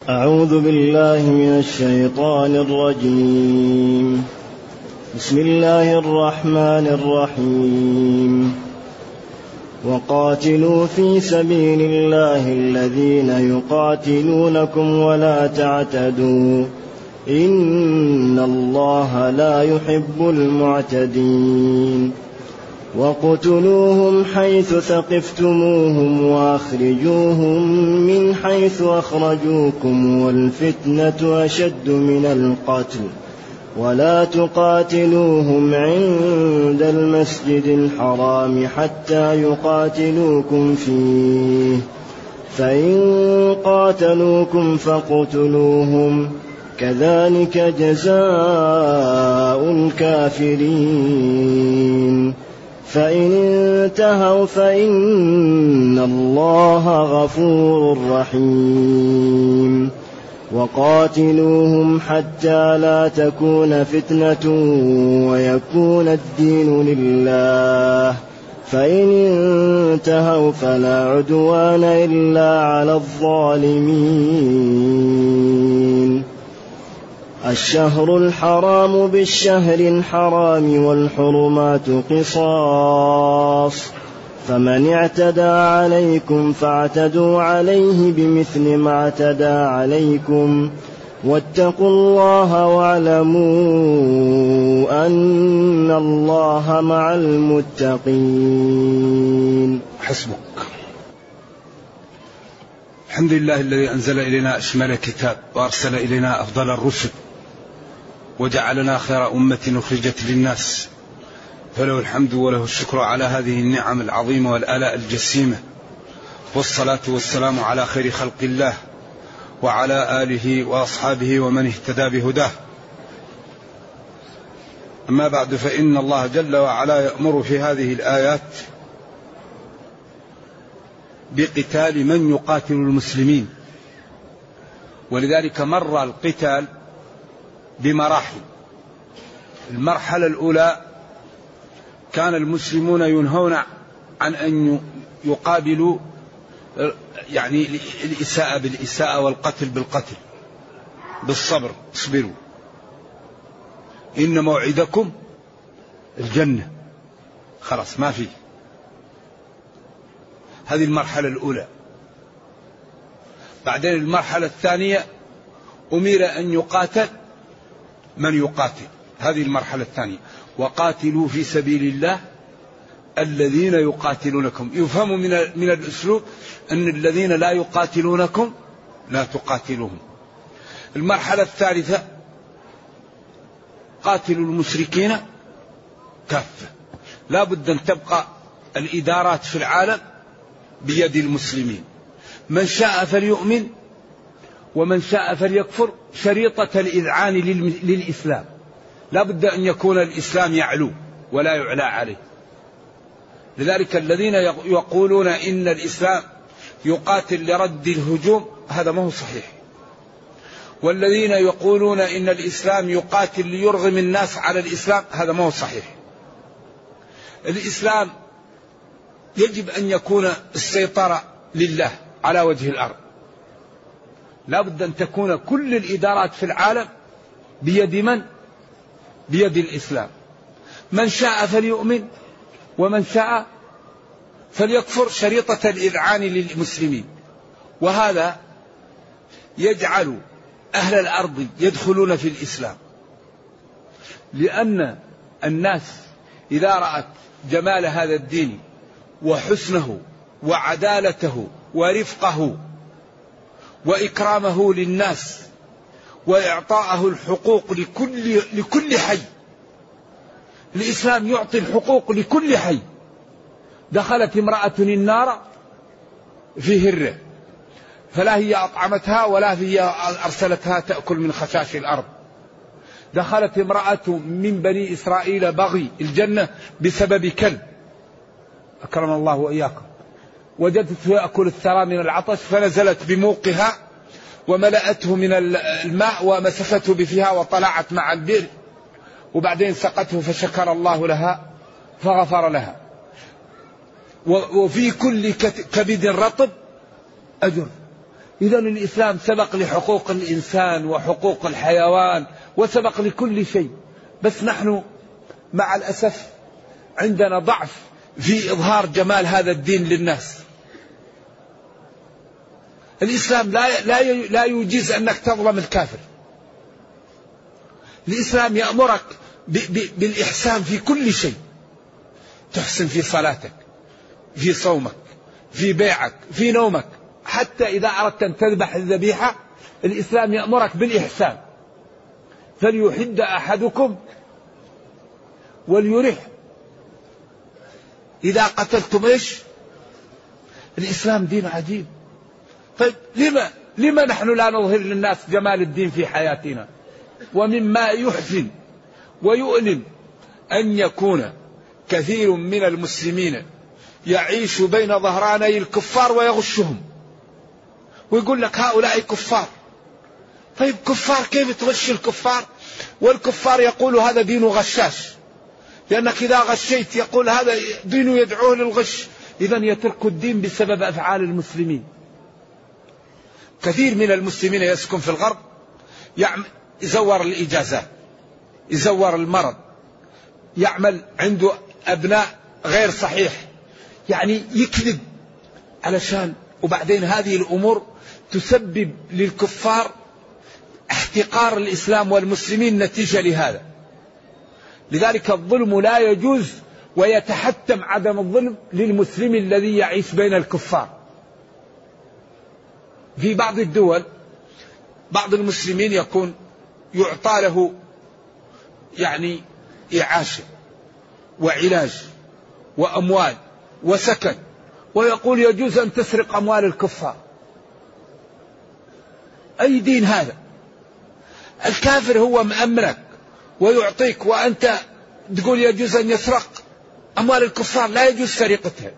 أعوذ بالله من الشيطان الرجيم. بسم الله الرحمن الرحيم. وقاتلوا في سبيل الله الذين يقاتلونكم ولا تعتدوا إن الله لا يحب المعتدين. وقتلوهم حيث ثقفتموهم وأخرجوهم من حيث أخرجوكم والفتنة أشد من القتل ولا تقاتلوهم عند المسجد الحرام حتى يقاتلوكم فيه فإن قاتلوكم فاقتلوهم كذلك جزاء الكافرين فإن انتهوا فإن الله غفور رحيم. وقاتلوهم حتى لا تكون فتنة ويكون الدين لله فإن انتهوا فلا عدوان إلا على الظالمين. الشهر الحرام بالشهر الحرام والحرمات قصاص فمن اعتدى عليكم فاعتدوا عليه بمثل ما اعتدى عليكم واتقوا الله واعلموا أن الله مع المتقين. حسبك. الحمد لله الذي أنزل إلينا أشمل الكتاب وأرسل إلينا أفضل الرسل وجعلنا خير أمة أخرجت للناس، فله الحمد وله الشكر على هذه النعم العظيمة والآلاء الجسيمة، والصلاة والسلام على خير خلق الله وعلى آله وأصحابه ومن اهتدى بهداه. أما بعد، فإن الله جل وعلا يأمر في هذه الآيات بقتال من يقاتل المسلمين، ولذلك مر القتال بمراحل. المرحلة الأولى كان المسلمون ينهون عن أن يقابلوا يعني الإساءة بالإساءة والقتل بالقتل، بالصبر، اصبروا إن موعدكم الجنة، خلاص ما فيه. هذه المرحلة الأولى. بعدين المرحلة الثانية أمر أن يقاتل من يقاتل، هذه المرحلة الثانية. وقاتلوا في سبيل الله الذين يقاتلونكم. يفهم من الأسلوب أن الذين لا يقاتلونكم لا تقاتلوهم. المرحلة الثالثة قاتلوا المشركين كافة. لا بد أن تبقى الإدارات في العالم بيد المسلمين، من شاء فليؤمن ومن شاء فليكفر، شريطة الإذعان للإسلام. لا بد أن يكون الإسلام يعلو ولا يعلى عليه. لذلك الذين يقولون إن الإسلام يقاتل لرد الهجوم، هذا ما هو صحيح. والذين يقولون إن الإسلام يقاتل ليرغم الناس على الإسلام، هذا ما هو صحيح. الإسلام يجب أن يكون السيطرة لله على وجه الأرض. لا بد أن تكون كل الإدارات في العالم بيد من؟ بيد الإسلام. من شاء فليؤمن ومن شاء فليكفر، شريطة الإذعان للمسلمين. وهذا يجعل أهل الأرض يدخلون في الإسلام، لأن الناس إذا رأت جمال هذا الدين وحسنه وعدالته ورفقه وإكرامه للناس وإعطاءه الحقوق لكل حي. الإسلام يعطي الحقوق لكل حي. دخلت امرأة النار في هرة، فلا هي أطعمتها ولا هي أرسلتها تأكل من خشاش الأرض. دخلت امرأة من بني إسرائيل بغي الجنة بسبب كلب، أكرم الله وإياكم، وجدته يأكل الثرى من العطش، فنزلت بموقها وملأته من الماء ومسكته بفيها وطلعت مع البئر، وبعدين سقته فشكر الله لها فغفر لها. وفي كل كبد رطب أجر. إذا الإسلام سبق لحقوق الإنسان وحقوق الحيوان وسبق لكل شيء، بس نحن مع الأسف عندنا ضعف في إظهار جمال هذا الدين للناس. الإسلام لا يجيز أنك تظلم الكافر. الإسلام يأمرك بالإحسان في كل شيء، تحسن في صلاتك، في صومك، في بيعك، في نومك، حتى إذا أردت أن تذبح الذبيحة الإسلام يأمرك بالإحسان. فليحد أحدكم وليرح. إذا قتلتم إيش؟ الإسلام دين عجيب. طيب لما نحن لا نظهر للناس جمال الدين في حياتنا؟ ومما يحزن ويؤلم أن يكون كثير من المسلمين يعيش بين ظهراني الكفار ويغشهم، ويقول لك هؤلاء كفار. طيب كفار كيف تغش الكفار؟ والكفار يقول هذا دين غشاش، لأنك إذا غشيت يقول هذا دين يدعوه للغش. إذن يترك الدين بسبب أفعال المسلمين. كثير من المسلمين يسكن في الغرب يزور الإجازات، يزور المرض، يعمل عنده أبناء غير صحيح، يعني يكذب علشان، وبعدين هذه الأمور تسبب للكفار احتقار الإسلام والمسلمين نتيجة لهذا. لذلك الظلم لا يجوز، ويتحتم عدم الظلم للمسلم الذي يعيش بين الكفار. في بعض الدول بعض المسلمين يكون يعطى له يعني إعاشة وعلاج وأموال وسكن، ويقول يجوز أن تسرق أموال الكفار. أي دين هذا؟ الكافر هو مأمنك ويعطيك، وأنت تقول يجوز أن يسرق أموال الكفار؟ لا يجوز سرقتها.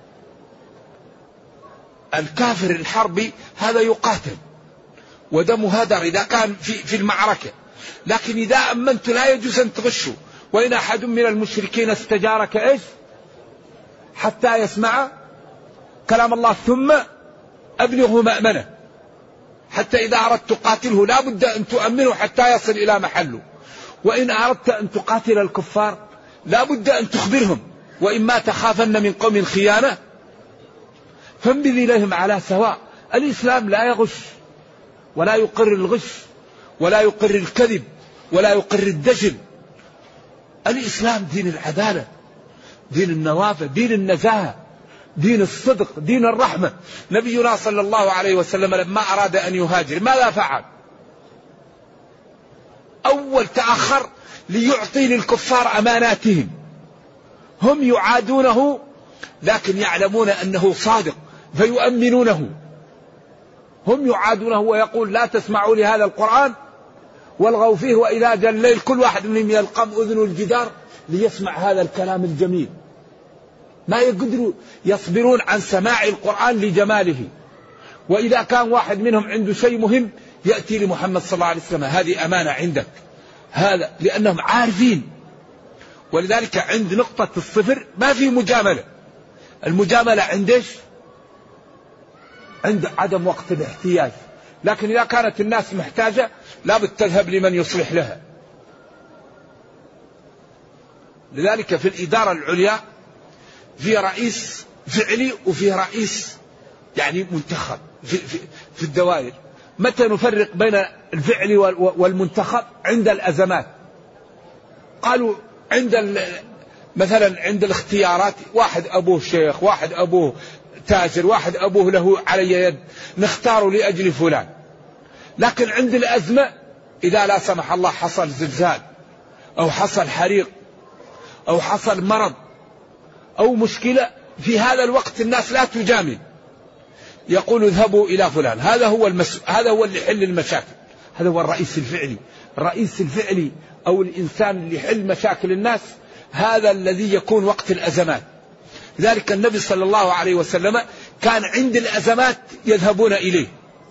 الكافر الحربي هذا يقاتل ودمه هدر إذا كان في المعركة، لكن إذا أمنت لا يجوز أن تغشه. وإن أحد من المشركين استجارك إيش؟ حتى يسمع كلام الله ثم أبلغه مأمنه. حتى إذا أردت تقاتله لا بد أن تؤمنه حتى يصل إلى محله. وإن أردت أن تقاتل الكفار لا بد أن تخبرهم، وإما تخافن من قوم خيانة فانبذ إليهم على سواء. الإسلام لا يغش ولا يقر الغش ولا يقر الكذب ولا يقر الدجل. الإسلام دين العدالة، دين النوافع، دين النزاهة، دين الصدق، دين الرحمة. نبينا صلى الله عليه وسلم لما أراد أن يهاجر ماذا فعل؟ أول تأخر ليعطي للكفار أماناتهم. هم يعادونه لكن يعلمون أنه صادق فيؤمنونه. هم يعادونه ويقول لا تسمعوا لهذا القرآن والغوا فيه، وإذا جاء الليل كل واحد منهم يلقم أذن الجدار ليسمع هذا الكلام الجميل. ما يقدروا يصبرون عن سماع القرآن لجماله. وإذا كان واحد منهم عنده شيء مهم يأتي لمحمد صلى الله عليه وسلم هذه أمانة عندك، هذا لأنهم عارفين. ولذلك عند نقطة الصفر ما في مجاملة. المجاملة عند إيش؟ عند عدم وقت الاحتياج. لكن إذا كانت الناس محتاجة لابد تذهب لمن يصلح لها. لذلك في الإدارة العليا في رئيس فعلي وفي رئيس يعني منتخب في الدوائر. متى نفرق بين الفعلي والمنتخب؟ عند الأزمات. قالوا عند مثلا عند الاختيارات واحد أبوه شيخ، واحد أبوه تاجر، واحد أبوه له علي يد، نختار لأجل فلان. لكن عند الأزمة إذا لا سمح الله حصل زلزال أو حصل حريق أو حصل مرض أو مشكلة، في هذا الوقت الناس لا تجامل، يقول اذهبوا إلى فلان، هذا هو اللي يحل المشاكل. هذا هو الرئيس الفعلي. الرئيس الفعلي أو الإنسان اللي يحل مشاكل الناس هذا الذي يكون وقت الأزمات. لذلك النبي صلى الله عليه وسلم كان عند الأزمات يذهبون إليه.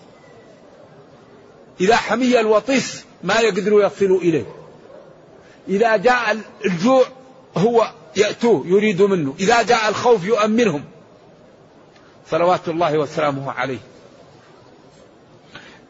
إذا حمي الوطيس ما يقدروا يصلوا إليه. إذا جاء الجوع هو يأتوه يريد منه. إذا جاء الخوف يؤمنهم صلوات الله وسلامه عليه.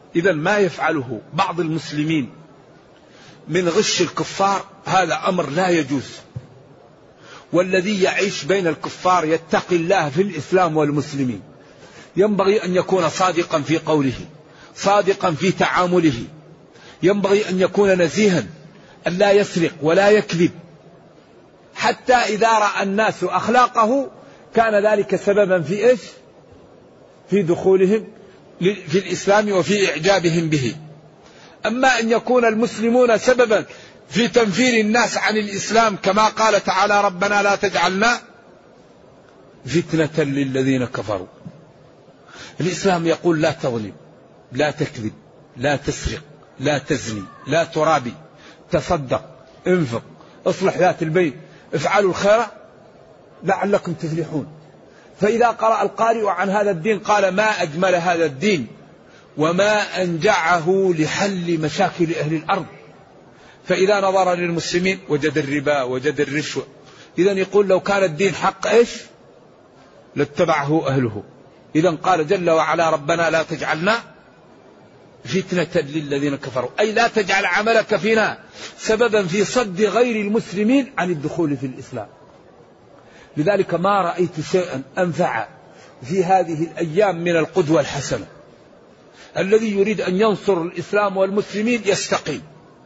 إذا ما يفعله بعض المسلمين من غش الكفار هذا أمر لا يجوز. والذي يعيش بين الكفار يتقي الله في الإسلام والمسلمين ينبغي أن يكون صادقا في قوله، صادقا في تعامله، ينبغي أن يكون نزيها، أن لا يسرق ولا يكذب، حتى إذا رأى الناس أخلاقه كان ذلك سببا في إيش؟ في دخولهم في الإسلام وفي إعجابهم به. أما أن يكون المسلمون سببا في تنفير الناس عن الإسلام كما قال تعالى ربنا لا تجعلنا فتنة للذين كفروا. الإسلام يقول لا تظلم، لا تكذب، لا تسرق، لا تزني، لا ترابي، تصدق، انفق، اصلح ذات البين، افعلوا الخير لعلكم تفلحون. فإذا قرأ القارئ عن هذا الدين قال ما أجمل هذا الدين وما أنجعه لحل مشاكل أهل الأرض. فإذا نظر للمسلمين وجد الربا وجد الرشوة. إذن يقول لو كان الدين حق إيش لاتبعه أهله. إذن قال جل وعلا ربنا لا تجعلنا فتنة للذين كفروا، أي لا تجعل عملك فينا سببا في صد غير المسلمين عن الدخول في الإسلام. لذلك ما رأيت شيئا أنفع في هذه الأيام من القدوة الحسنة. الذي يريد أن ينصر الإسلام والمسلمين يستقيم.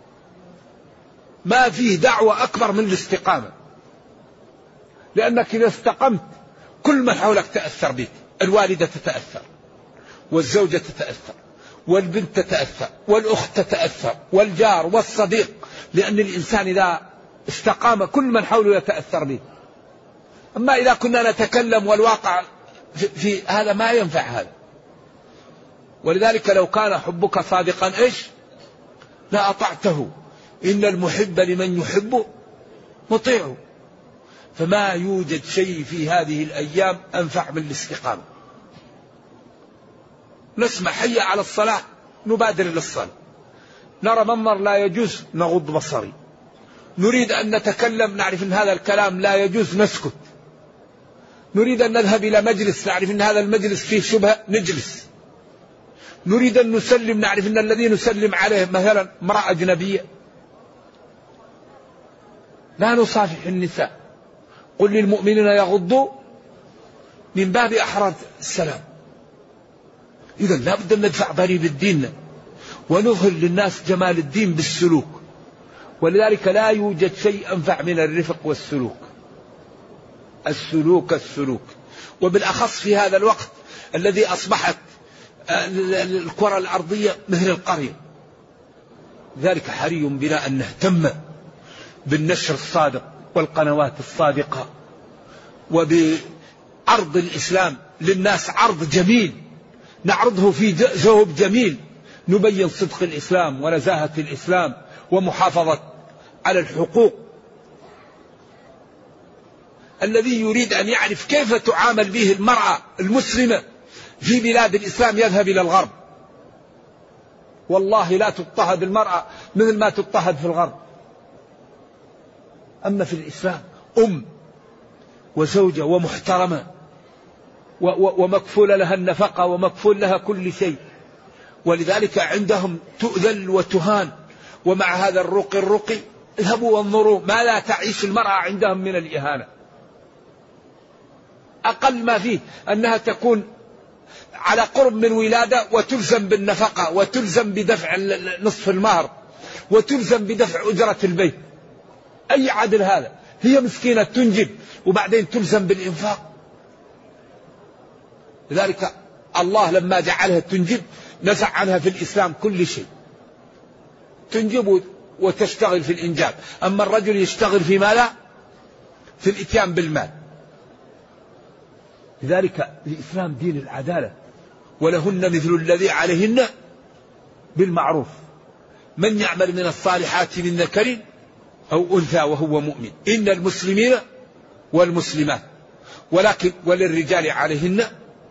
ما فيه دعوة أكبر من الاستقامة، لأنك إذا استقمت كل من حولك تأثر بك. الوالدة تتأثر، والزوجة تتأثر، والبنت تتأثر، والأخت تتأثر، والجار والصديق، لأن الإنسان إذا استقام كل من حوله يتأثر به. أما إذا كنا نتكلم والواقع في هذا ما ينفع هذا. ولذلك لو كان حبك صادقا إيش لا أطعته، إن المحب لمن يحب مطيعه. فما يوجد شيء في هذه الأيام أنفع من الاستقامة. نسمع حي على الصلاة نبادر للصلاة، نرى منظر لا يجوز نغض بصري، نريد أن نتكلم نعرف أن هذا الكلام لا يجوز نسكت، نريد أن نذهب إلى مجلس نعرف أن هذا المجلس فيه شبهة نجلس، نريد أن نسلم نعرف أن الذي نسلم عليه مثلا امرأة أجنبية لا نصافح النساء. قل للمؤمنين يغضوا من باب أحرار السلام. إذا لا بد أن ندفع ضريبة ديننا ونظهر للناس جمال الدين بالسلوك. ولذلك لا يوجد شيء أنفع من الرفق والسلوك. السلوك وبالأخص في هذا الوقت الذي أصبحت الكرة الأرضية مثل القرية. ذلك حري بنا أن نهتم بالنشر الصادق والقنوات الصادقة وبعرض الإسلام للناس عرض جميل، نعرضه في جوب جميل، نبين صدق الإسلام ونزاهة الإسلام ومحافظة على الحقوق. الذي يريد أن يعرف كيف تعامل به المرأة المسلمة في بلاد الإسلام يذهب إلى الغرب. والله لا تضطهد المرأة مثل ما تضطهد في الغرب. أما في الإسلام أم وزوجة ومحترمة ومكفول لها النفقة ومكفول لها كل شيء. ولذلك عندهم تؤذل وتهان. ومع هذا الرقي اذهبوا وانظروا ما لا تعيش المرأة عندهم من الإهانة. أقل ما فيه أنها تكون على قرب من ولادة وتلزم بالنفقة وتلزم بدفع نصف المهر وتلزم بدفع أجرة البيت. أي عدل هذا؟ هي مسكينة تنجب وبعدين تلزم بالإنفاق. لذلك الله لما جعلها تنجب نزع عنها في الإسلام كل شيء. تنجب وتشتغل في الإنجاب. أما الرجل يشتغل في ماذا؟ في الإتيان بالمال. لذلك الإسلام دين العدالة. ولهن مثل الذي عليهن بالمعروف. من يعمل من الصالحات من ذكر أو أنثى وهو مؤمن. إن المسلمين والمسلمات ولكن وللرجال عليهن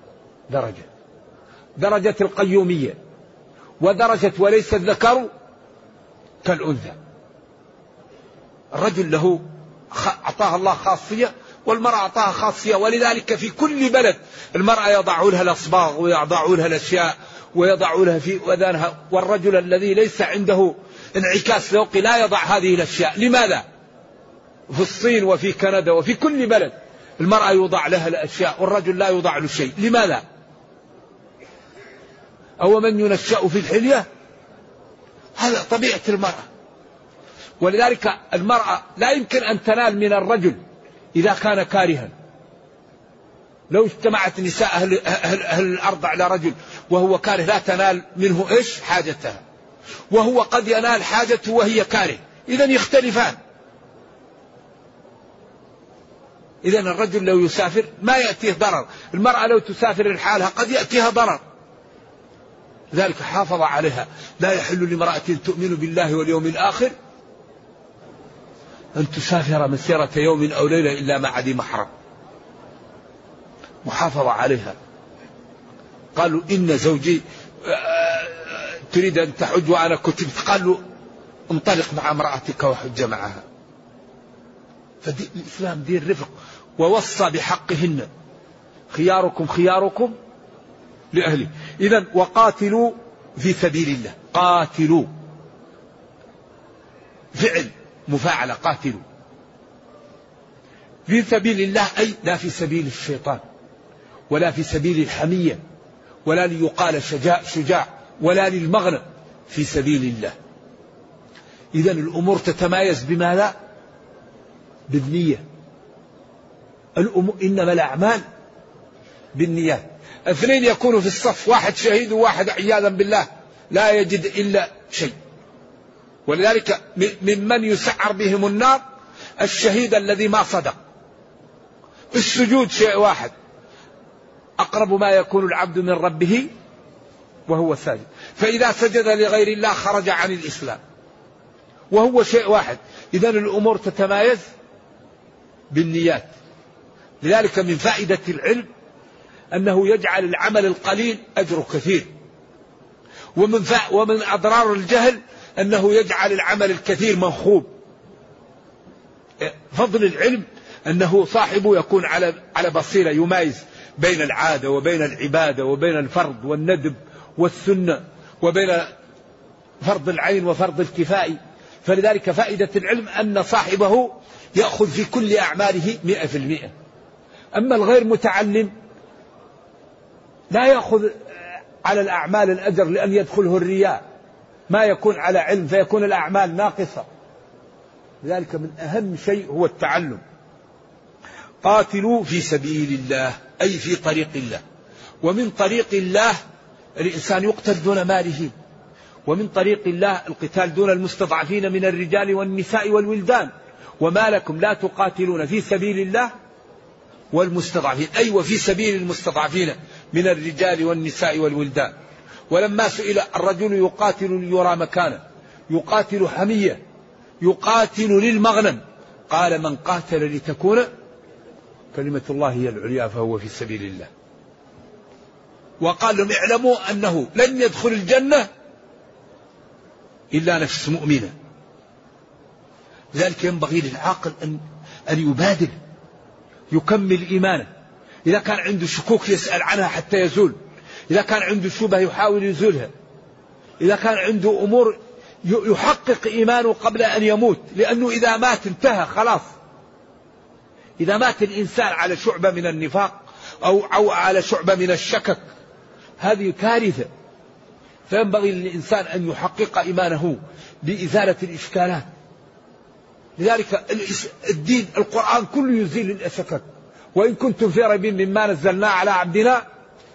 درجة القيومية ودرجة وليس الذكر كالأنثى. الرجل له أعطاها الله خاصية والمرأة أعطاها خاصية. ولذلك في كل بلد المرأة يضعوا لها الأصباغ ويضعوا لها الأشياء ويضع لها في أذانها، والرجل الذي ليس عنده انعكاس ذوقي لا يضع هذه الأشياء. لماذا؟ في الصين وفي كندا وفي كل بلد المرأة يوضع لها الأشياء والرجل لا يوضع له شيء. لماذا؟ أو من ينشأ في الحلية، هذا طبيعة المرأة. ولذلك المرأة لا يمكن أن تنال من الرجل إذا كان كارها. لو اجتمعت نساء أهل الأرض على رجل وهو كاره لا تنال منه إيش؟ حاجتها، وهو قد ينال حاجته وهي كاره، إذن يختلفان. إذن الرجل لو يسافر ما يأتيه ضرر، المرأة لو تسافر لحالها قد يأتيها ضرر، ذلك حافظ عليها. لا يحل لامرأة تؤمن بالله واليوم الآخر أن تسافر مسيرة يوم أو ليلة إلا مع ذي محرم، محافظة عليها. قالوا إن زوجي تريد أن تحج وأنا كتبت، قالوا انطلق مع امرأتك وحج معها. فدين الإسلام دين رفق، ووصى بحقهن، خياركم خياركم لأهله. إذن وقاتلوا في سبيل الله، قاتلوا فعل مفاعلة، قاتلوا في سبيل الله، أي لا في سبيل الشيطان ولا في سبيل الحمية ولا ليقال شجاع ولا للمغنى، في سبيل الله. إذن الأمور تتمايز بماذا؟ بالنية. إنما الأعمال بالنيات. اثنين يكونوا في الصف، واحد شهيد وواحد عياذا بالله لا يجد إلا شيء. ولذلك ممن يسعر بهم النار الشهيد الذي ما صدق. السجود شيء واحد، أقرب ما يكون العبد من ربه وهو ساجد، فإذا سجد لغير الله خرج عن الإسلام، وهو شيء واحد. إذن الأمور تتمايز بالنيات. لذلك من فائدة العلم أنه يجعل العمل القليل أجر كثير، ومن أضرار الجهل أنه يجعل العمل الكثير منخوب. فضل العلم أنه صاحبه يكون على بصيرة، يمايز بين العادة وبين العبادة وبين الفرض والندب والسنة وبين فرض العين وفرض الكفاء. فلذلك فائدة العلم أن صاحبه يأخذ في كل أعماله 100%. أما الغير متعلم لا يأخذ على الأعمال الأجر لأن يدخله الرياء، ما يكون على علم فيكون الأعمال ناقصة. لذلك من أهم شيء هو التعلم. قاتلوا في سبيل الله، أي في طريق الله. ومن طريق الله الإنسان يقتل دون ماله، ومن طريق الله القتال دون المستضعفين من الرجال والنساء والولدان. وما لكم لا تقاتلون في سبيل الله والمستضعفين، أي وفي سبيل المستضعفين من الرجال والنساء والولدان. ولما سئل الرجل يقاتل ليرى مكانه، يقاتل حمية، يقاتل للمغنم، قال من قاتل لتكون كلمة الله هي العليا فهو في سبيل الله. وقال لهم اعلموا أنه لن يدخل الجنة إلا نفس مؤمنة. لذلك ينبغي للعاقل أن يبادر، يكمل إيمانه. إذا كان عنده شكوك يسأل عنها حتى يزول، إذا كان عنده شبهة يحاول يزولها، إذا كان عنده أمور يحقق إيمانه قبل أن يموت، لأنه إذا مات انتهى خلاص. إذا مات الإنسان على شعبة من النفاق أو على شعبة من الشكك هذه كارثة. فينبغي للإنسان أن يحقق إيمانه بإزالة الإشكالات. لذلك الدين القرآن كله يزيل الشكك. وإن كنتم في ريب مما نزلنا على عبدنا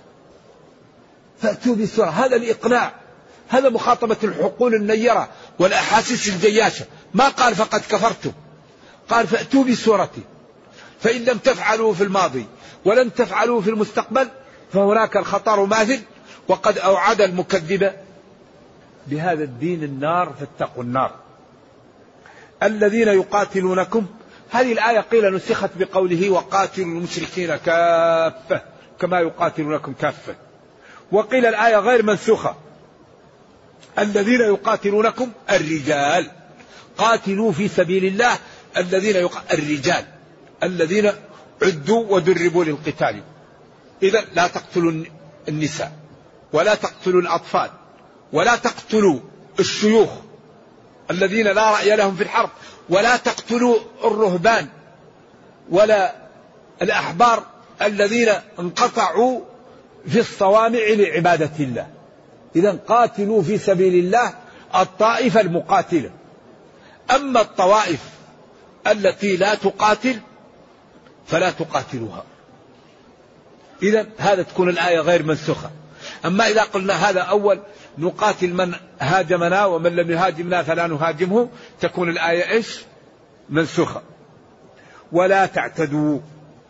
فأتوا بسورة. هذا الإقناع، هذا مخاطبة الحقول النيرة والأحاسيس الجياشة. ما قال فقد كفرتم، قال فأتوا بسورة. فإن لم تفعلوا في الماضي ولن تفعلوا في المستقبل فهناك الخطر ماثل، وقد أوعد المكذب بهذا الدين النار فاتقوا النار. الذين يقاتلونكم، هذه الآية قيل نسخت بقوله وقاتلوا المشركين كافة كما يقاتلونكم كافة، وقيل الآية غير منسوخة. الذين يقاتلونكم الرجال، قاتلوا في سبيل الله الذين الرجال الذين عدوا ودربوا للقتال. إذا لا تقتلوا النساء ولا تقتلوا الأطفال ولا تقتلوا الشيوخ الذين لا رأي لهم في الحرب ولا تقتلوا الرهبان ولا الأحبار الذين انقطعوا في الصوامع لعبادة الله. إذن قاتلوا في سبيل الله الطائفة المقاتلة. أما الطوائف التي لا تقاتل فلا تقاتلوها. إذن هذا تكون الآية غير منسوخة. أما إذا قلنا هذا أول نقاتل من هاجمنا ومن لم يهاجمنا فلا نهاجمه تكون الآية إيش؟ منسوخة. ولا تعتدوا.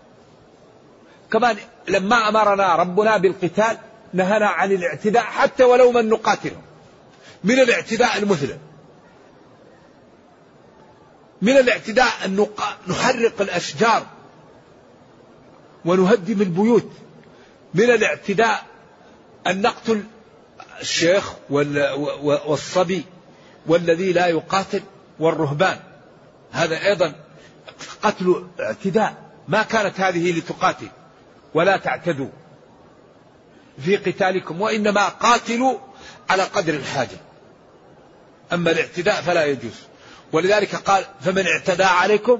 كمان لما أمرنا ربنا بالقتال نهنا عن الاعتداء حتى ولو من نقاتله. من الاعتداء المثلى، من الاعتداء أن نحرق الأشجار ونهدم البيوت، من الاعتداء أن نقتل الشيخ والصبي والذي لا يقاتل والرهبان، هذا أيضا قتل اعتداء. ما كانت هذه لتقاتل. ولا تعتدوا في قتالكم وإنما قاتلوا على قدر الحاجة. أما الاعتداء فلا يجوز. ولذلك قال فمن اعتدى عليكم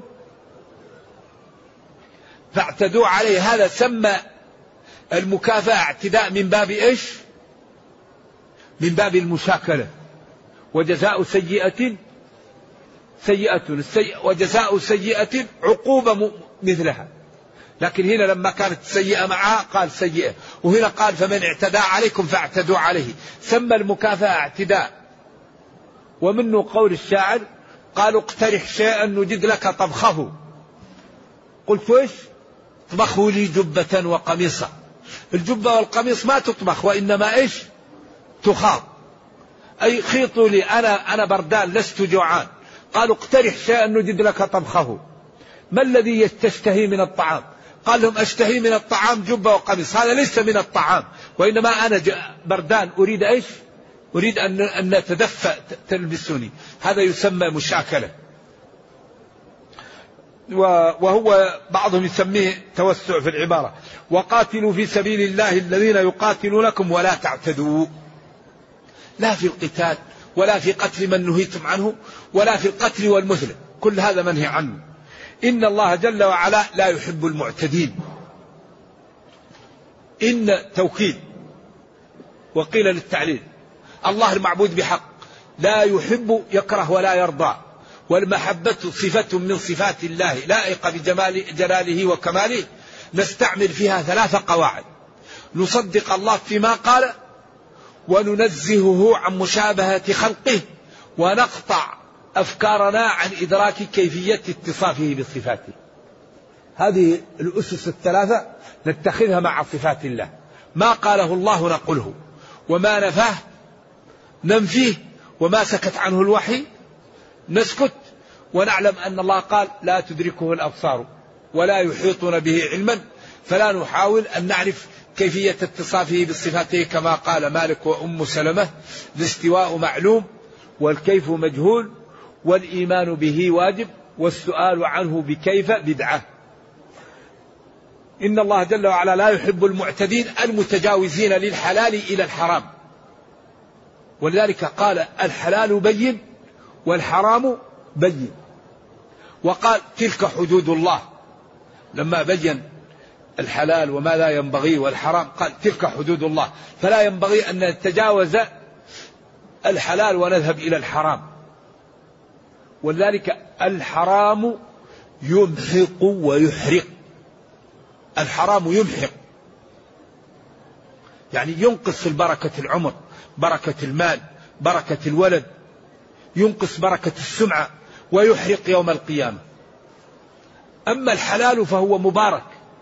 فاعتدوا عليه. هذا سمى المكافأة اعتداء من باب إيش؟ من باب المشاكلة. وجزاء سيئة سيئة وجزاء سيئة عقوبة مثلها. لكن هنا لما كانت سيئة معها قال سيئة، وهنا قال فمن اعتدى عليكم فاعتدوا عليه. سمى المكافأة اعتداء. ومنه قول الشاعر قالوا اقترح شيئا نجد لك طبخه. قلت ايش؟ اطبخوا لي جبة وقميصا. الجبة والقميص ما تطبخ وإنما ايش؟ تخاط. أي خيطوا لي أنا بردان لست جوعان. قالوا اقترح شيئا نجد لك طبخه. ما الذي تشتهي من الطعام؟ قال لهم أشتهي من الطعام جبة وقميص. هذا ليس من الطعام وإنما أنا بردان أريد إيش؟ أريد أن نتدفأ تلبسوني. هذا يسمى مشاكلة. وهو بعضهم يسميه توسع في العبارة. وقاتلوا في سبيل الله الذين يقاتلونكم ولا تعتدوا. لا في القتال ولا في قتل من نهيتم عنه ولا في القتل والمثل، كل هذا منهي عنه. إن الله جل وعلا لا يحب المعتدين. إن توكيد وقيل للتعليل. الله المعبود بحق لا يحب يكره ولا يرضى. والمحبة صفة من صفات الله لائقة بجمال جلاله وكماله. نستعمل فيها 3 قواعد: نصدق الله فيما قال، وننزهه عن مشابهة خلقه، ونقطع أفكارنا عن إدراك كيفية اتصافه بصفاته. هذه الأسس 3 نتخذها مع صفات الله. ما قاله الله نقوله، وما نفاه ننفيه، وما سكت عنه الوحي نسكت. ونعلم أن الله قال لا تدركه الأبصار ولا يحيطون به علما، فلا نحاول أن نعرف كيفية اتصافه بصفاته كما قال مالك وأم سلمة: الاستواء معلوم والكيف مجهول والإيمان به واجب والسؤال عنه بكيف بدعة. إن الله جل وعلا لا يحب المعتدين المتجاوزين للحلال إلى الحرام. ولذلك قال الحلال بين والحرام بين. وقال تلك حدود الله. لما بين الحلال وما لا ينبغي والحرام قال تلك حدود الله. فلا ينبغي أن نتجاوز الحلال ونذهب إلى الحرام. ولذلك الحرام يمحق ويحرق. الحرام يمحق يعني ينقص البركة العمر، بركة المال، بركة الولد، ينقص بركة السمعة، ويحرق يوم القيامة. أما الحلال فهو مبارك،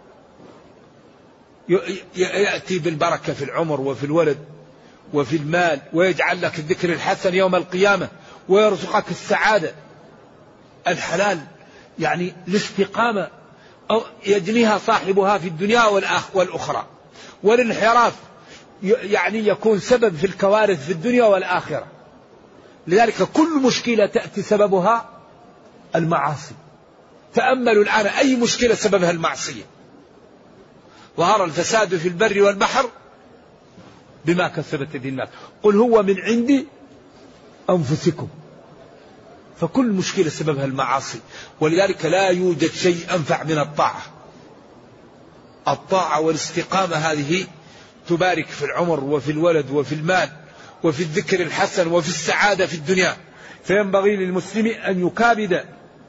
يأتي بالبركة في العمر وفي الولد وفي المال، ويجعل لك الذكر الحسن يوم القيامة، ويرزقك السعادة. الحلال يعني الاستقامة يجنيها صاحبها في الدنيا والأخرى. والانحراف يعني يكون سبب في الكوارث في الدنيا والآخرة. لذلك كل مشكلة تأتي سببها المعاصي. تأملوا الآن أي مشكلة سببها المعصية. ظهر الفساد في البر والبحر بما كسبت أيدي الناس. قل هو من عند أنفسكم. فكل مشكلة سببها المعاصي، ولذلك لا يوجد شيء أنفع من الطاعة. الطاعة والاستقامة هذه تبارك في العمر وفي الولد وفي المال وفي الذكر الحسن وفي السعادة في الدنيا. فينبغي للمسلم أن يكابد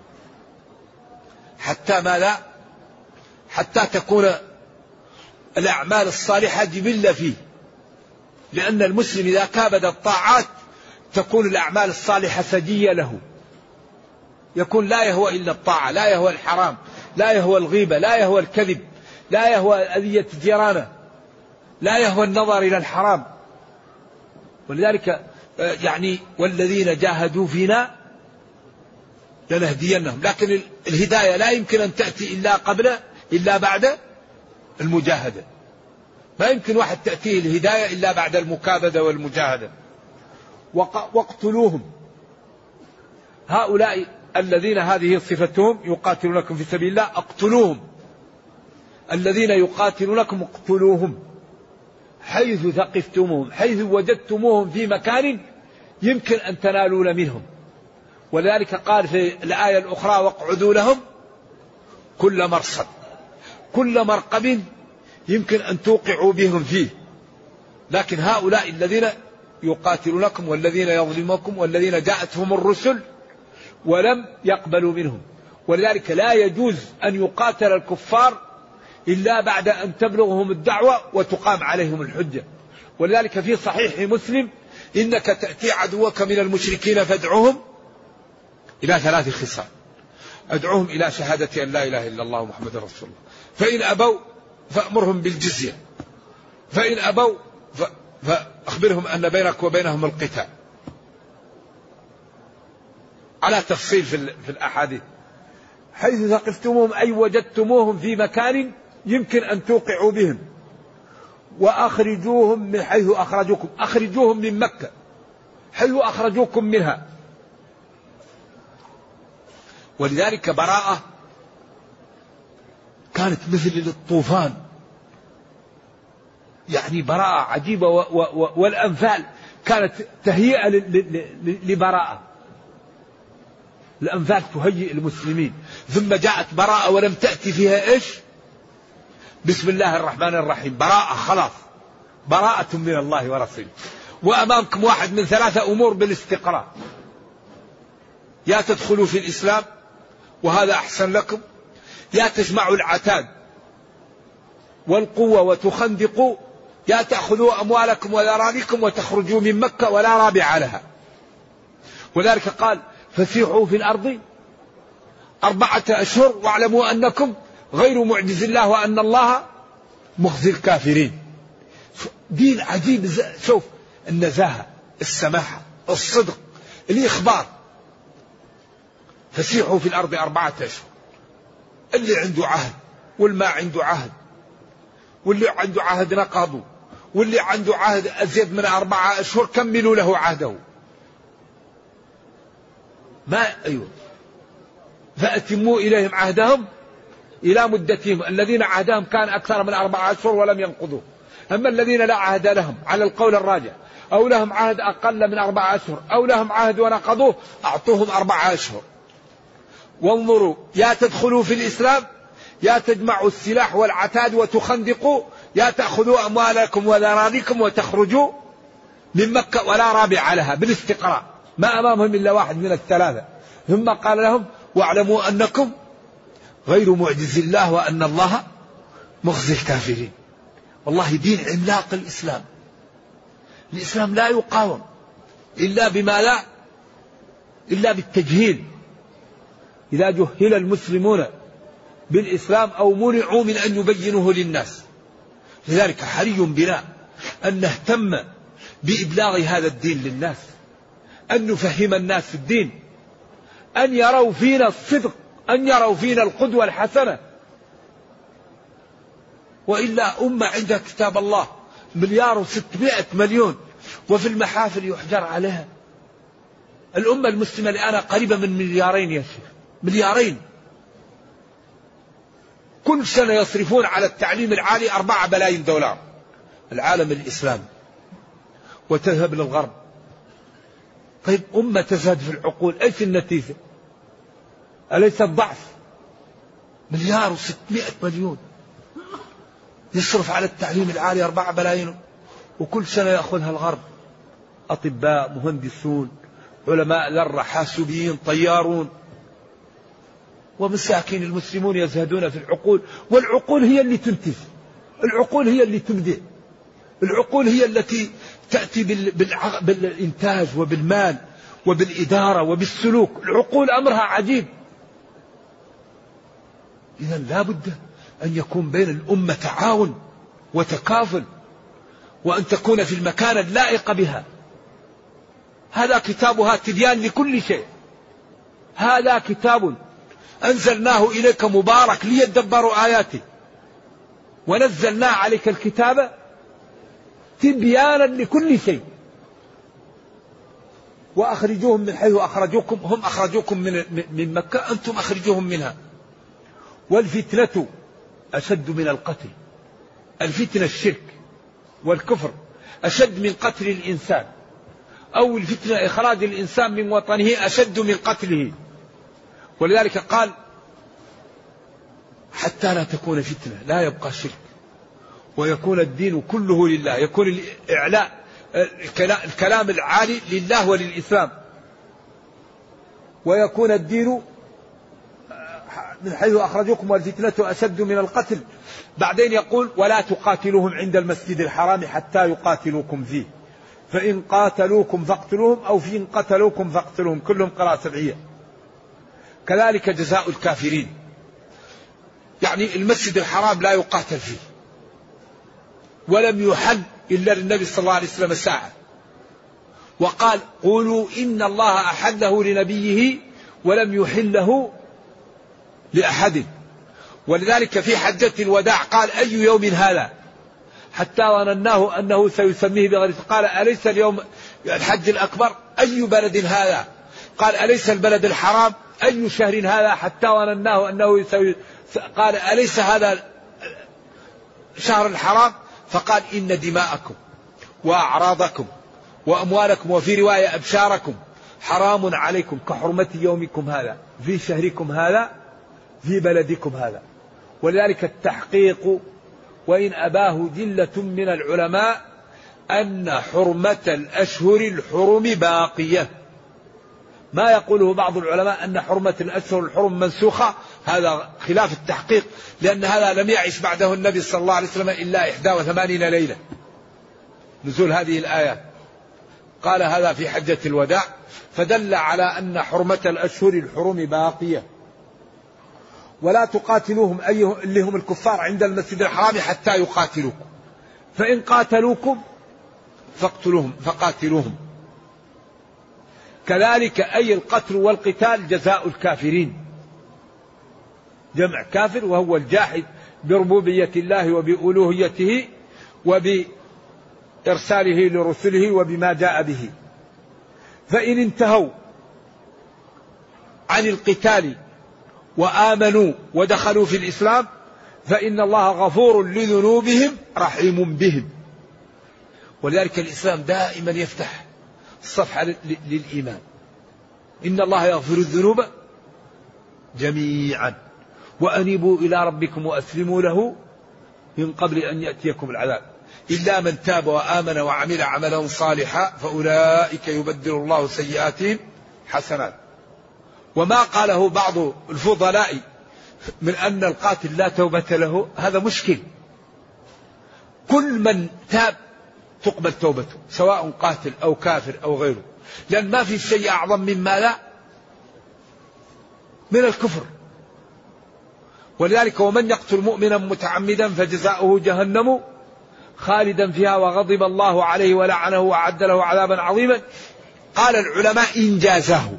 حتى ماذا؟ حتى تكون الأعمال الصالحة جبلة فيه، لأن المسلم إذا كابد الطاعات تكون الأعمال الصالحة سجية له، يكون لا يهوى إلا الطاعة، لا يهوى الحرام، لا يهوى الغيبة، لا يهوى الكذب، لا يهوى أذية جيرانه، لا يهوى النظر إلى الحرام. ولذلك والذين جاهدوا فينا لنهدينهم. لكن الهداية لا يمكن أن تأتي إلا بعد المجاهدة. ما يمكن واحد تأتيه الهداية إلا بعد المكابدة والمجاهدة. واقتلوهم. هؤلاء الذين هذه صفتهم يقاتلونكم في سبيل الله اقتلوهم. الذين يقاتلونكم اقتلوهم حيث ثقفتموهم، حيث وجدتموهم في مكان يمكن أن تنالون منهم. ولذلك قال في الآية الأخرى واقعدوا لهم كل مرصد، كل مرقب يمكن أن توقعوا بهم فيه. لكن هؤلاء الذين يقاتلونكم والذين يظلمكم والذين جاءتهم الرسل ولم يقبلوا منهم. ولذلك لا يجوز أن يقاتل الكفار إلا بعد أن تبلغهم الدعوة وتقام عليهم الحجة. ولذلك في صحيح مسلم إنك تأتي عدوك من المشركين فادعوهم إلى 3 خصال: أدعوهم إلى شهادة أن لا إله إلا الله محمد رسول الله، فإن أبوا فأمرهم بالجزية، فإن أبوا فأخبرهم أن بينك وبينهم القتال، على تفصيل في الأحاديث. حيث ثقفتموهم أي وجدتموهم في مكان يمكن أن توقعوا بهم، وأخرجوهم من حيث أخرجوكم، أخرجوهم من مكة حيث أخرجوكم منها. ولذلك براءة كانت مثل الطوفان، براءة عجيبة. والأنفال كانت تهيئة لبراءة. الأنفال تهيئ المسلمين، ثم جاءت براءة ولم تأتي فيها إيش؟ بسم الله الرحمن الرحيم. براءة خلاص، براءة من الله ورسوله. وأمامكم واحد من 3 أمور بالاستقراء: يا تدخلوا في الإسلام وهذا أحسن لكم، يا تجمعوا العتاد والقوة وتخندقوا، يا تأخذوا أموالكم وذراريكم وتخرجوا من مكة ولا رابع لها. وذلك قال فسيحوا في الأرض 4 أشهر واعلموا أنكم غير معجز الله وأن الله مخزي الكافرين. دين عجيب. شوف النزاهة، السماحة، الصدق، الإخبار. فسيحوا في الأرض 4 أشهر. اللي عنده عهد والما عنده عهد، واللي عنده عهد نقضوا، واللي عنده عهد أزيد من 4 أشهر كملوا له عهده. فأتموا إليهم عهدهم إلى مدتهم. الذين عهدهم كان أكثر من 4 أشهر ولم ينقضوه. أما الذين لا عهد لهم على القول الراجح، أو لهم عهد أقل من 4 أشهر، أو لهم عهد ونقضوه، أعطوهم 4 أشهر. وانظروا، يا تدخلوا في الإسلام، يا تجمعوا السلاح والعتاد وتخندقوا، يا تأخذوا أموالكم وذراريكم وتخرجوا من مكة ولا رابع لها، بالاستقراء. ما أمامهم إلا واحد من ال3. ثم قال لهم واعلموا أنكم غير معجز الله وأن الله مخزي الكافرين. والله دين عملاق الإسلام. الإسلام لا يقاوم إلا بما لا، إلا بالتجهيل. إذا جهل المسلمون بالإسلام أو منعوا من أن يبينوه للناس. لذلك حري بنا أن نهتم بإبلاغ هذا الدين للناس، أن نفهم الناس في الدين، أن يروا فينا الصدق، أن يروا فينا القدوة الحسنة. وإلا أمة عندها كتاب الله 1,600,000,000 وفي المحافل يحجر عليها. الأمة المسلمة الآن قريبة من 2,000,000,000 يا شيخ، 2,000,000,000. كل سنة يصرفون على التعليم العالي 4 بلايين دولار. العالم الإسلامي وتذهب للغرب. طيب أمة تزهد في العقول، ايش النتيجة؟ أليس الضعف؟ 1,600,000,000 يصرف على التعليم العالي 4 بلايين، وكل سنة يأخذها الغرب، أطباء، مهندسون، علماء ذرة، حاسوبيين، طيارون، ومساكين المسلمون يزهدون في العقول. والعقول هي اللي تنتج، العقول هي اللي تبدع، العقول هي التي تأتي بالإنتاج وبالمال وبالإدارة وبالسلوك. العقول أمرها عجيب. إذن لا بد أن يكون بين الأمة تعاون وتكافل، وأن تكون في المكان اللائق بها. هذا كتابها تبيان لكل شيء. هذا كتاب أنزلناه إليك مبارك ليدبروا آياته، ونزلنا عليك الكتاب تبيانا لكل شيء. وأخرجوهم من حيث أخرجوكم، هم أخرجوكم من مكة، أنتم أخرجوهم منها. والفتنة أشد من القتل. الفتنة الشرك والكفر أشد من قتل الإنسان، أو الفتنة إخراج الإنسان من وطنه أشد من قتله. ولذلك قال حتى لا تكون فتنة، لا يبقى شرك، ويكون الدين كله لله، يكون الإعلاء الكلام العالي لله وللإسلام، ويكون الدين من حيث أخرجوكم والفتنة أشد من القتل. بعدين يقول ولا تقاتلوهم عند المسجد الحرام حتى يقاتلوكم فيه، فإن قاتلوكم فاقتلوهم، أو فإن قتلوكم فاقتلوهم، كلهم قراءة سبعية. كذلك جزاء الكافرين، يعني المسجد الحرام لا يقاتل فيه، ولم يحل إلا للنبي صلى الله عليه وسلم ساعة، وقال قولوا إن الله أحله لنبيه ولم يحله لأحد. ولذلك في حجة الوداع قال أي يوم هذا، حتى ظنناه أنه سيسميه بغير، قال أليس اليوم الحج الأكبر؟ أي بلد هذا؟ قال أليس البلد الحرام؟ أي شهر هذا؟ حتى ظنناه أنه قال أليس هذا شهر الحرام؟ فقال إن دماءكم وأعراضكم وأموالكم، وفي رواية أبشاركم، حرام عليكم كحرمة يومكم هذا في شهركم هذا في بلدكم هذا. ولذلك التحقيق وإن أباه جلة من العلماء أن حرمة الأشهر الحرم باقية. ما يقوله بعض العلماء أن حرمة الأشهر الحرم منسوخة، هذا خلاف التحقيق، لأن هذا لم يعش بعده النبي صلى الله عليه وسلم إلا 81 ليلة نزول هذه الآيات. قال هذا في حجة الوداع، فدل على أن حرمة الأشهر الحرم باقية. ولا تقاتلوهم اللي هم الكفار عند المسجد الحرام حتى يقاتلوكم، فإن قاتلوكم فقاتلوهم. كذلك أي القتل والقتال جزاء الكافرين، جمع كافر وهو الجاحد بربوبية الله وبألوهيته وبإرساله لرسله وبما جاء به. فإن انتهوا عن القتال وآمنوا ودخلوا في الإسلام فإن الله غفور لذنوبهم رحيم بهم. ولذلك الإسلام دائما يفتح الصفحة للإيمان، إن الله يغفر الذنوب جميعا وأنيبوا إلى ربكم وأسلموا له من قبل أن يأتيكم العذاب إلا من تاب وآمن وعمل عملا صالحا فأولئك يبدل الله سيئاتهم حسنات. وما قاله بعض الفضلاء من أن القاتل لا توبة له هذا مشكل. كل من تاب تقبل توبته، سواء قاتل أو كافر أو غيره، لأن ما في شيء أعظم مما لا من الكفر. ولذلك ومن يقتل مؤمنا متعمدا فجزاؤه جهنم خالدا فيها وغضب الله عليه ولعنه وأعد له عذابا عظيما. قال العلماء إن جازه.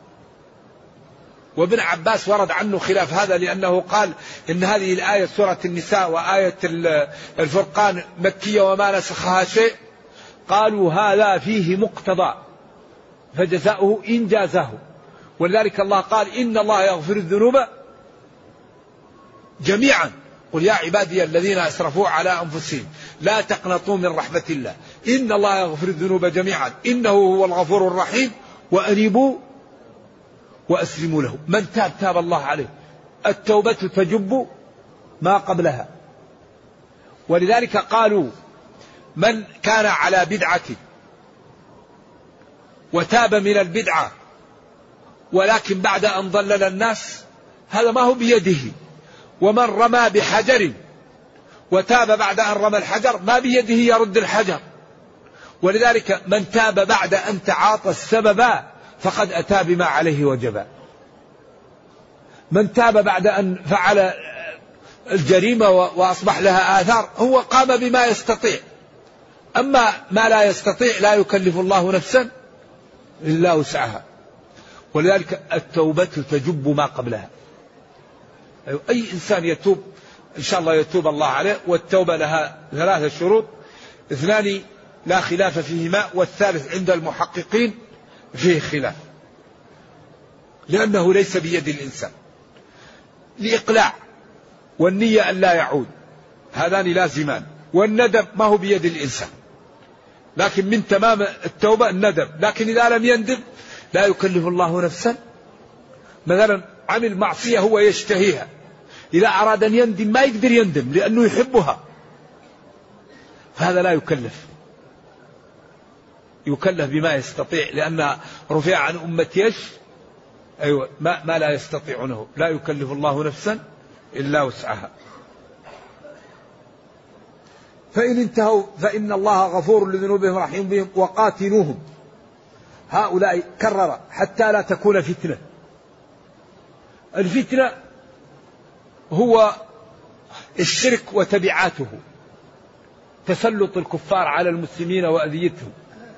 وابن عباس ورد عنه خلاف هذا، لأنه قال إن هذه الآية سورة النساء وآية الفرقان مكية وما نسخها شيء. قالوا هذا فيه مقتضى فجزاؤه إن جازه، ولذلك الله قال إن الله يغفر الذنوب جميعا قل يا عبادي الذين أسرفوا على أنفسهم لا تقنطوا من رحمة الله إن الله يغفر الذنوب جميعا إنه هو الغفور الرحيم وأنيبوا وأسلموا له. من تاب تاب الله عليه. التوبة تجب ما قبلها. ولذلك قالوا من كان على بدعة وتاب من البدعة ولكن بعد أن ضلل الناس هذا ما هو بيده. ومن رمى بحجر وتاب بعد أن رمى الحجر ما بيده يرد الحجر. ولذلك من تاب بعد أن تعاطى السبب فقد أتى بما عليه وجبا. من تاب بعد أن فعل الجريمة وأصبح لها آثار هو قام بما يستطيع. أما ما لا يستطيع لا يكلف الله نفسا إلا وسعها. ولذلك التوبة تجب ما قبلها. أي إنسان يتوب إن شاء الله يتوب الله عليه. والتوبة لها 3 شروط، 2 لا خلاف فيهما، والثالث عند المحققين فيه خلاف، لأنه ليس بيد الإنسان. الإقلاع والنية أن لا يعود هذان لازمان، والندم ما هو بيد الإنسان، لكن من تمام التوبة الندم. لكن إذا لم يندم لا يكلف الله نفسا. مثلا عمل معصية هو يشتهيها، إذا أراد أن يندم ما يقدر يندم لأنه يحبها، فهذا لا يكلف. يكلف بما يستطيع، لأن رفع عن أمتي أيوة ما لا يستطيعونه. لا يكلف الله نفسا إلا وسعها. فإن انتهوا فإن الله غفور لذنوبهم رحيم بهم وقاتلوهم. هؤلاء كرر حتى لا تكون فتنة. الفتنة هو الشرك وتبعاته، تسلط الكفار على المسلمين وأذيتهم،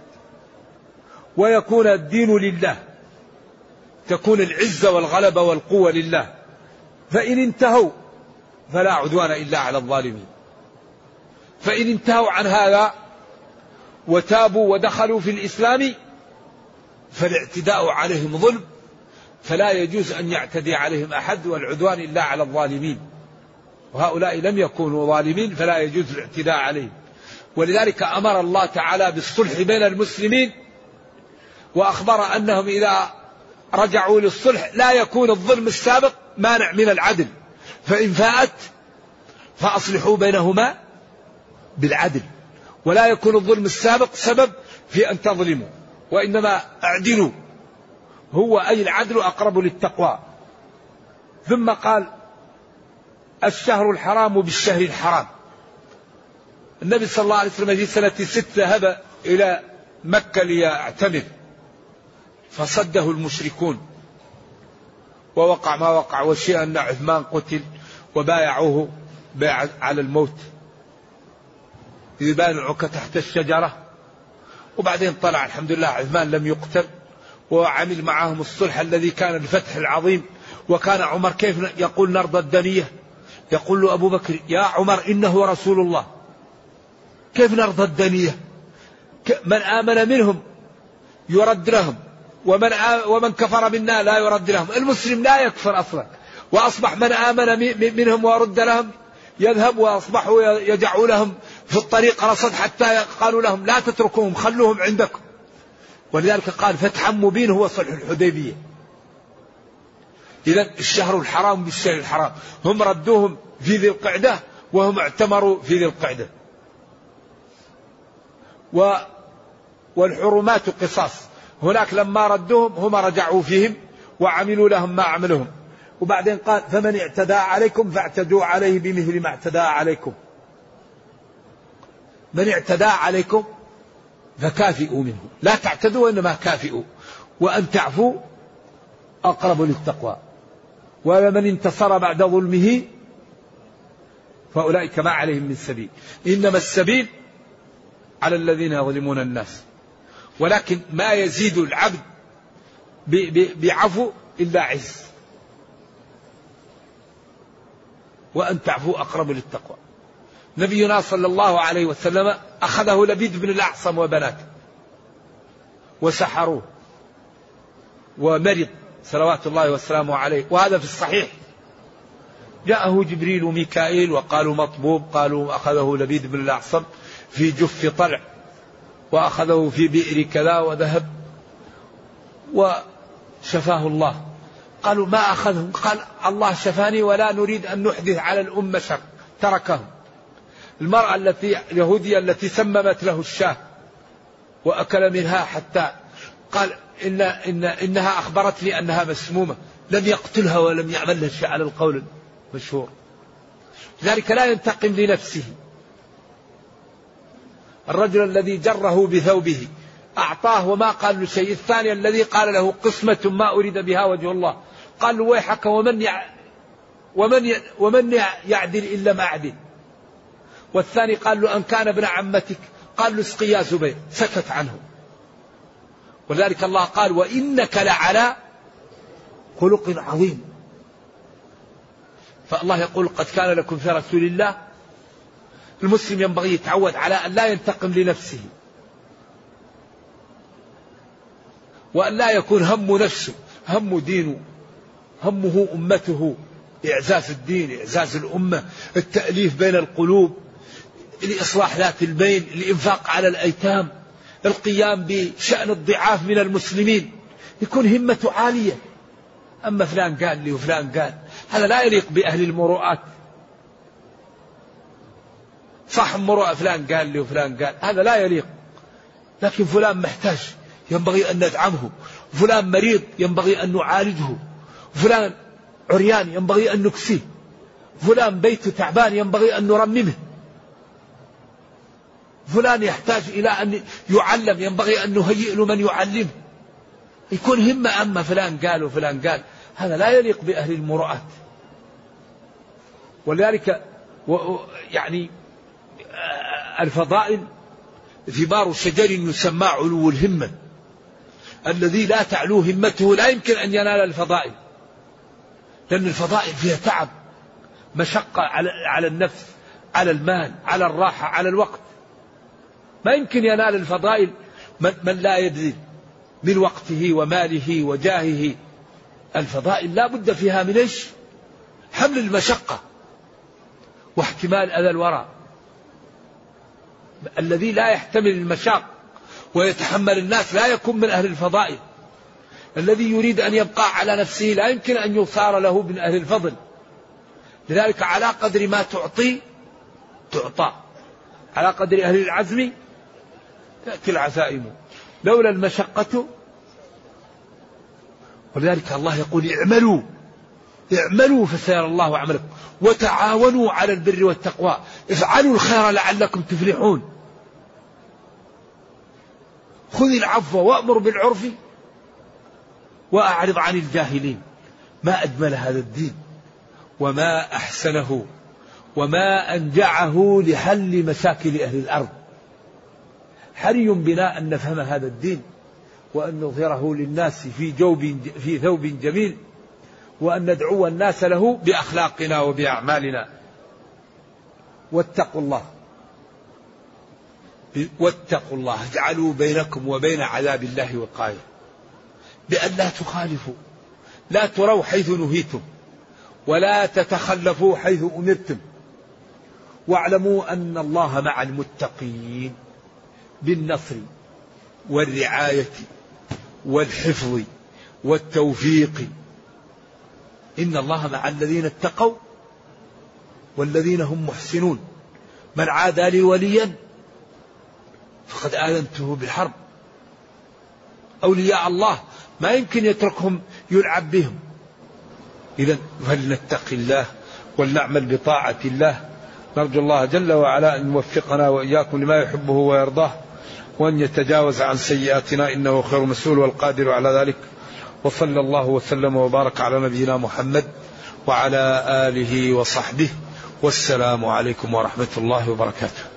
ويكون الدين لله، تكون العزة والغلبة والقوة لله. فإن انتهوا فلا عدوان إلا على الظالمين. فإن انتهوا عن هذا وتابوا ودخلوا في الإسلام فالاعتداء عليهم ظلم، فلا يجوز أن يعتدي عليهم أحد، والعدوان إلا على الظالمين. وهؤلاء لم يكونوا ظالمين فلا يجوز الاعتداء عليهم. ولذلك أمر الله تعالى بالصلح بين المسلمين، وأخبر أنهم إذا رجعوا للصلح لا يكون الظلم السابق مانع من العدل، فإن فاءت فأصلحوا بينهما بالعدل، ولا يكون الظلم السابق سبب في أن تظلموا، وإنما اعدلوا، هو أي العدل أقرب للتقوى. ثم قال الشهر الحرام بالشهر الحرام. النبي صلى الله عليه وسلم في سنة 6 ذهب إلى مكة ليعتمر، فصده المشركون ووقع ما وقع، وشيء أن عثمان قتل وبايعوه على الموت، يبايعوك تحت الشجرة. وبعدين طلع الحمد لله عثمان لم يقتل، وعمل معهم الصلح الذي كان الفتح العظيم. وكان عمر كيف يقول نرضى الدنية، يقول له أبو بكر يا عمر إنه رسول الله، كيف نرضى الدنية؟ من آمن منهم يرد لهم، ومن كفر منا لا يرد لهم. المسلم لا يكفر أصلا، وأصبح من آمن منهم ورد لهم يذهب، وأصبحوا يجعوا لهم في الطريق رصد حتى قالوا لهم لا تتركوهم خلوهم عندكم. ولذلك قال فتحا مبين هو صلح الحديبية. إذن الشهر الحرام بالشهر الحرام، هم ردوهم في ذي القعدة وهم اعتمروا في ذي القعدة. والحرمات قصاص، هناك لما ردوهم هم رجعوا فيهم وعملوا لهم ما عملهم. وبعدين قال فمن اعتدى عليكم فاعتدوا عليه بمثل ما اعتدى عليكم. من اعتدى عليكم فكافئوا منه، لا تعتدوا وإنما كافئوا، وأن تعفوا أقرب للتقوى. ومن انتصر بعد ظلمه فأولئك ما عليهم من سبيل، إنما السبيل على الذين يظلمون الناس. ولكن ما يزيد العبد بعفو إلا عز، وأن تعفوا أقرب للتقوى. نبينا صلى الله عليه وسلم أخذه لبيد بن الأعصم وبناته وسحروه ومرض صلوات الله وسلامه عليه، وهذا في الصحيح. جاءه جبريل وميكائيل وقالوا مطبوب، قالوا أخذه لبيد بن الأعصم في جف طلع وأخذه في بئر كذا وذهب وشفاه الله. قالوا ما أخذهم؟ قال الله شفاني ولا نريد أن نحدث على الأمة شر، تركهم. المرأة اليهودية التي سممت له الشاة وأكل منها حتى قال إنها أخبرتني أنها مسمومة، لم يقتلها ولم يعمل لها شيء على القول المشهور. لذلك لا ينتقم لنفسه. الرجل الذي جره بثوبه أعطاه وما قال له شيء. الثاني الذي قال له قسمة ما أريد بها وجه الله، قال له ويحك ومن يعدل إلا ما أعدل. والثاني قال له أن كان ابن عمتك، قال له اسقي يا زبير، سكت عنه. ولذلك الله قال وإنك لعلى خلق عظيم. فالله يقول قد كان لكم في رسول الله. المسلم ينبغي يتعود على أن لا ينتقم لنفسه، وأن لا يكون هم نفسه، هم دينه، همه أمته، إعزاز الدين، إعزاز الأمة، التأليف بين القلوب، لإصلاح ذات البين، الإنفاق على الأيتام، القيام بشأن الضعاف من المسلمين، يكون همته عالية. أما فلان قال لي وفلان قال، هذا لا يليق بأهل المروءات. صح المروءة فلان قال لي وفلان قال، هذا لا يليق. لكن فلان محتاج ينبغي أن ندعمه، فلان مريض ينبغي أن نعالجه، فلان عريان ينبغي أن نكسيه، فلان بيته تعبان ينبغي أن نرممه، فلان يحتاج إلى أن يعلم ينبغي أن نهيئ له من يعلمه. يكون همة. أما فلان قال وفلان قال، هذا لا يليق بأهل المروءات. ولذلك يعني الفضائل ثمار شجر يسمى علو الهمة. الذي لا تعلو همته لا يمكن أن ينال الفضائل، لأن الفضائل فيها تعب، مشقة على النفس، على المال، على الراحة، على الوقت. ما يمكن ينال الفضائل من لا يبذل من وقته وماله وجاهه. الفضائل لا بد فيها من إيش؟ حمل المشقة واحتمال أذى الورى. الذي لا يحتمل المشاق ويتحمل الناس لا يكون من أهل الفضائل. الذي يريد أن يبقى على نفسه لا يمكن أن يصار له من أهل الفضل. لذلك على قدر ما تعطي تعطى، على قدر أهل العزم تأتي العزائم، لولا المشقة. ولذلك الله يقول اعملوا فسيرى الله عملكم وتعاونوا على البر والتقوى، افعلوا الخير لعلكم تفلحون. خذ العفو وأمر بالعرف وأعرض عن الجاهلين. ما أجمل هذا الدين وما أحسنه وما أنجعه لحل مشاكل أهل الأرض. حري بنا أن نفهم هذا الدين وأن نظهره للناس في ثوب جميل، وأن ندعو الناس له بأخلاقنا وبأعمالنا. واتقوا الله اجعلوا بينكم وبين عذاب الله وقاية، بأن لا تخالفوا، لا تروا حيث نهيتم ولا تتخلفوا حيث أمرتم، واعلموا أن الله مع المتقين بالنصر والرعاية والحفظ والتوفيق. إن الله مع الذين اتقوا والذين هم محسنون. من عادى لي وليا فقد آذنته بالحرب. أولياء الله ما يمكن يتركهم يلعب بهم. إذن فلنتق الله ولنعمل بطاعة الله. نرجو الله جل وعلا أن يوفقنا وإياكم لما يحبه ويرضاه، وأن يتجاوز عن سيئاتنا إنه خير مسؤول والقادر على ذلك. وصلى الله وسلم وبارك على نبينا محمد وعلى آله وصحبه، والسلام عليكم ورحمة الله وبركاته.